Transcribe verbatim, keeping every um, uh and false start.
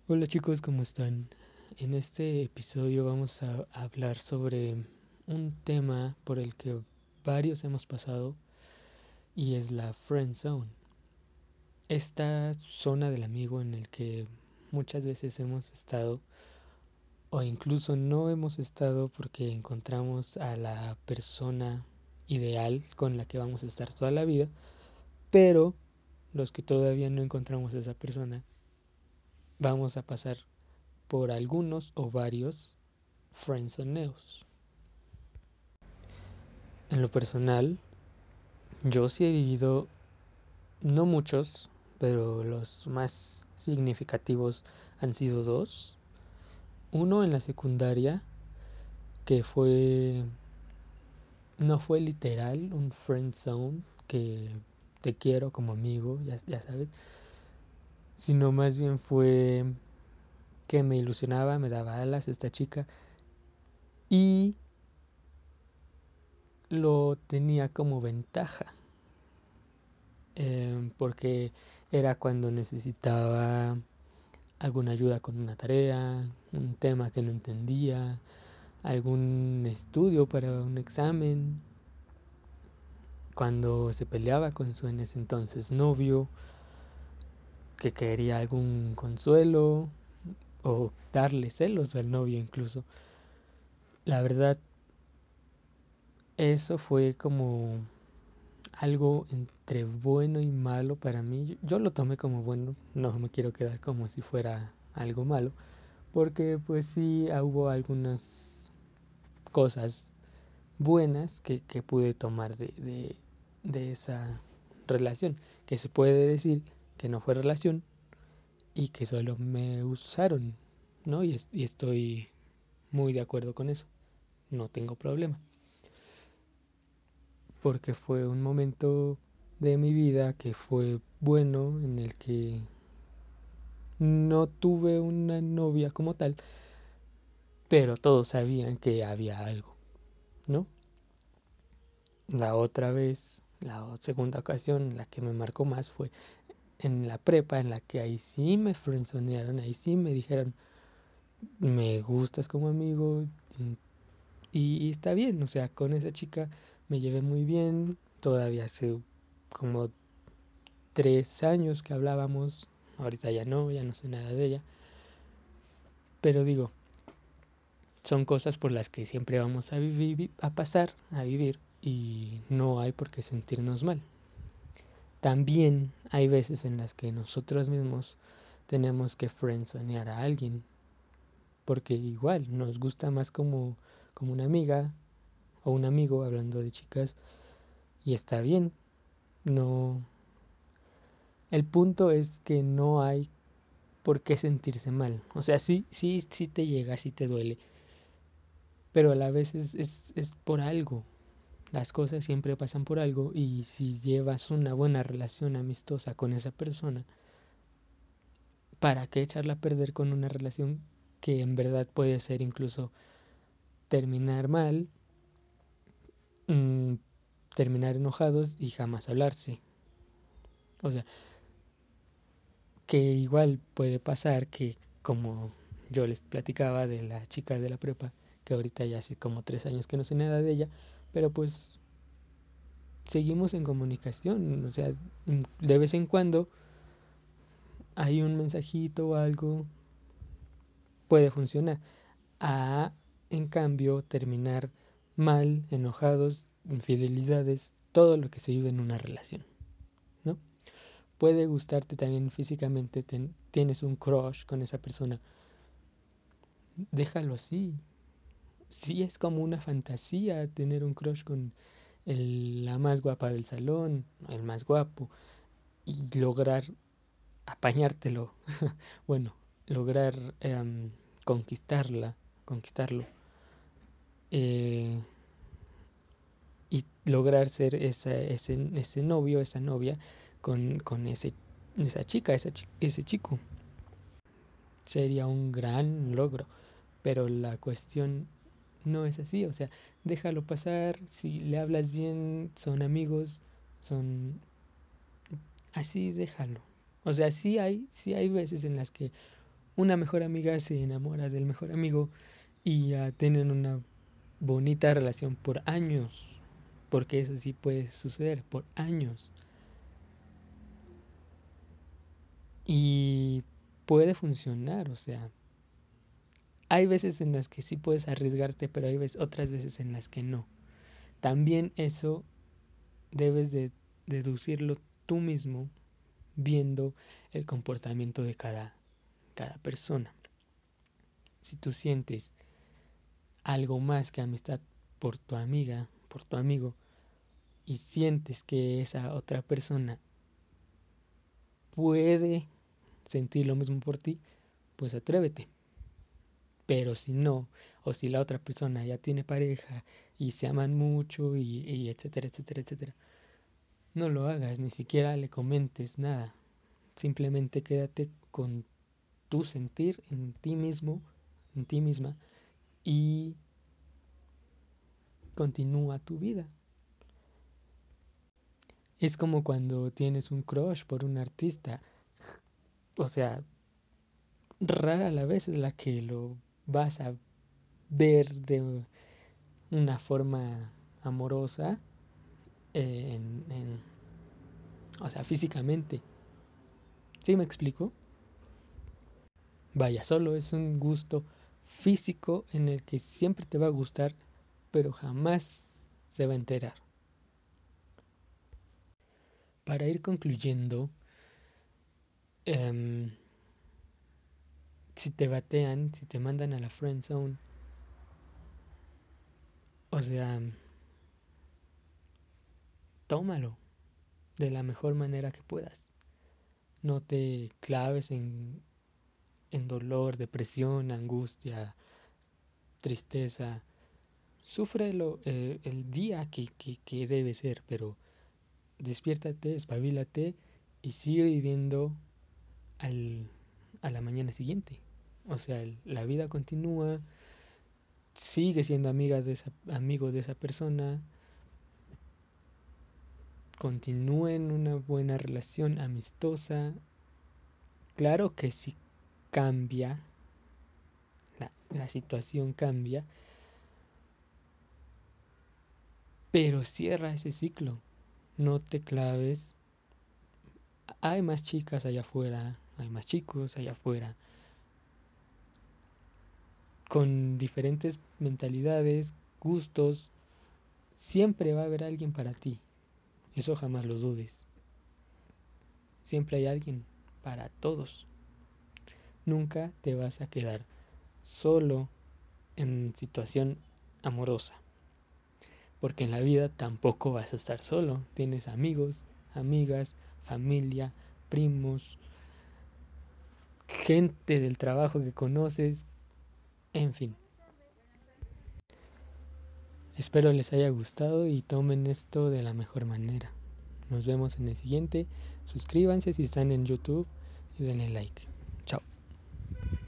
Hola chicos, ¿cómo están? En este episodio vamos a hablar sobre un tema por el que varios hemos pasado y es la friend zone. Esta zona del amigo en el que muchas veces hemos estado o incluso no hemos estado porque encontramos a la persona ideal con la que vamos a estar toda la vida, pero los que todavía no encontramos a esa persona vamos a pasar por algunos o varios friendzoneos. En lo personal, yo sí he vivido, no muchos, pero los más significativos han sido dos. Uno en la secundaria, que fue, no fue literal un friend zone, que te quiero como amigo, ya, ya sabes, sino más bien fue que me ilusionaba, me daba alas esta chica y lo tenía como ventaja, eh, porque era cuando necesitaba alguna ayuda con una tarea, un tema que no entendía, algún estudio para un examen, cuando se peleaba con su en ese entonces novio, que quería algún consuelo o darle celos al novio incluso. La verdad, eso fue como algo entre bueno y malo para mí. Yo lo tomé como bueno, no me quiero quedar como si fuera algo malo, porque pues sí hubo algunas cosas buenas que, que pude tomar de, de, de esa relación, que se puede decir que no fue relación y que solo me usaron, ¿no? Y, es, y estoy muy de acuerdo con eso, no tengo problema, porque fue un momento de mi vida que fue bueno, en el que no tuve una novia como tal, pero todos sabían que había algo, ¿no? La otra vez, la segunda ocasión en la que me marcó más fue en la prepa, en la que ahí sí me friendzonearon, ahí sí me dijeron, me gustas como amigo y, y está bien, o sea, con esa chica me llevé muy bien, todavía hace como tres años que hablábamos, ahorita ya no, ya no sé nada de ella, pero digo, son cosas por las que siempre vamos a vivir, a pasar, a vivir y no hay por qué sentirnos mal. También hay veces en las que nosotros mismos tenemos que friendzonear a alguien, porque igual nos gusta más como, como una amiga o un amigo, hablando de chicas, y está bien. No, el punto es que no hay por qué sentirse mal. O sea, sí, sí, sí te llega, sí te duele, pero a la vez es, es, es por algo. Las cosas siempre pasan por algo y si llevas una buena relación amistosa con esa persona, ¿para qué echarla a perder con una relación que en verdad puede ser incluso terminar mal, mmm, terminar enojados y jamás hablarse? O sea, que igual puede pasar que, como yo les platicaba de la chica de la prepa, que ahorita ya hace como tres años que no sé nada de ella, pero pues seguimos en comunicación, o sea, de vez en cuando hay un mensajito o algo, puede funcionar. A, en cambio, terminar mal, enojados, infidelidades, todo lo que se vive en una relación, ¿no? Puede gustarte también físicamente, ten, tienes un crush con esa persona, déjalo así. Sí es como una fantasía tener un crush con el, la más guapa del salón, el más guapo, y lograr apañártelo, bueno, lograr eh, conquistarla, conquistarlo, eh, y lograr ser esa, ese, ese novio, esa novia con, con ese, esa chica, esa, ese chico. Sería un gran logro, pero la cuestión no es así, o sea, déjalo pasar, si le hablas bien, son amigos, son así, déjalo. O sea, sí hay, sí hay veces en las que una mejor amiga se enamora del mejor amigo y ya tienen una bonita relación por años, porque eso sí puede suceder por años. Y puede funcionar, o sea, hay veces en las que sí puedes arriesgarte, pero hay veces, otras veces en las que no. También eso debes de deducirlo tú mismo viendo el comportamiento de cada, cada persona. Si tú sientes algo más que amistad por tu amiga, por tu amigo, y sientes que esa otra persona puede sentir lo mismo por ti, pues atrévete. Pero si no, o si la otra persona ya tiene pareja y se aman mucho y, y etcétera, etcétera, etcétera, no lo hagas, ni siquiera le comentes nada. Simplemente quédate con tu sentir en ti mismo, en ti misma, y continúa tu vida. Es como cuando tienes un crush por un artista. O sea, rara la vez es la que lo vas a ver de una forma amorosa, eh, en, en, o sea, físicamente. ¿Sí me explico? Vaya, solo es un gusto físico en el que siempre te va a gustar, pero jamás se va a enterar. Para ir concluyendo, em, si te batean, si te mandan a la friend zone, o sea, tómalo de la mejor manera que puedas. No te claves en, en dolor, depresión, angustia, tristeza. Súfrelo, eh, el día que, que, que debe ser, pero despiértate, espabilate y sigue viviendo al, a la mañana siguiente. O sea, la vida continúa, sigue siendo amiga de esa, amigo de esa persona, continúa en una buena relación amistosa. Claro que sí cambia, la, la situación cambia, pero cierra ese ciclo. No te claves. Hay más chicas allá afuera, hay más chicos allá afuera, con diferentes mentalidades, gustos. Siempre va a haber alguien para ti. Eso jamás lo dudes. Siempre hay alguien para todos. Nunca te vas a quedar solo en situación amorosa. Porque en la vida tampoco vas a estar solo. Tienes amigos, amigas, familia, primos, gente del trabajo que conoces, en fin. Espero les haya gustado y tomen esto de la mejor manera. Nos vemos en el siguiente. Suscríbanse si están en YouTube y denle like.